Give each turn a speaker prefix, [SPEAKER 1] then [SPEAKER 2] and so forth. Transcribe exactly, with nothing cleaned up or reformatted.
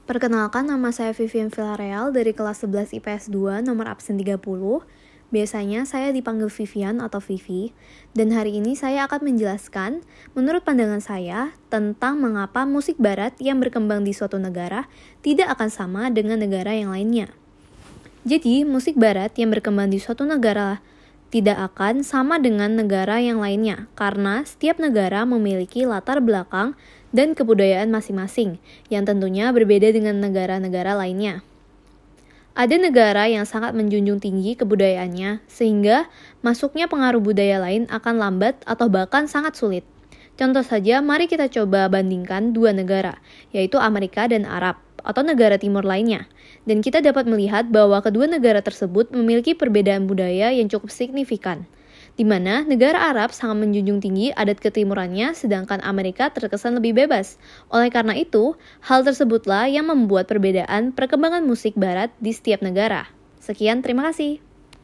[SPEAKER 1] Perkenalkan, nama saya Vivian Villarreal dari kelas sebelas I P S dua, nomor absen tiga puluh. Biasanya saya dipanggil Vivian atau Vivi, dan hari ini saya akan menjelaskan, menurut pandangan saya, tentang mengapa musik barat yang berkembang di suatu negara tidak akan sama dengan negara yang lainnya. Jadi, musik barat yang berkembang di suatu negara tidak akan sama dengan negara yang lainnya, karena setiap negara memiliki latar belakang dan kebudayaan masing-masing, yang tentunya berbeda dengan negara-negara lainnya. Ada negara yang sangat menjunjung tinggi kebudayaannya, sehingga masuknya pengaruh budaya lain akan lambat atau bahkan sangat sulit. Contoh saja, mari kita coba bandingkan dua negara, yaitu Amerika dan Arab, atau negara timur lainnya. Dan kita dapat melihat bahwa kedua negara tersebut memiliki perbedaan budaya yang cukup signifikan, di mana negara Arab sangat menjunjung tinggi adat ketimurannya, sedangkan Amerika terkesan lebih bebas. Oleh karena itu, hal tersebutlah yang membuat perbedaan perkembangan musik barat di setiap negara. Sekian, terima kasih.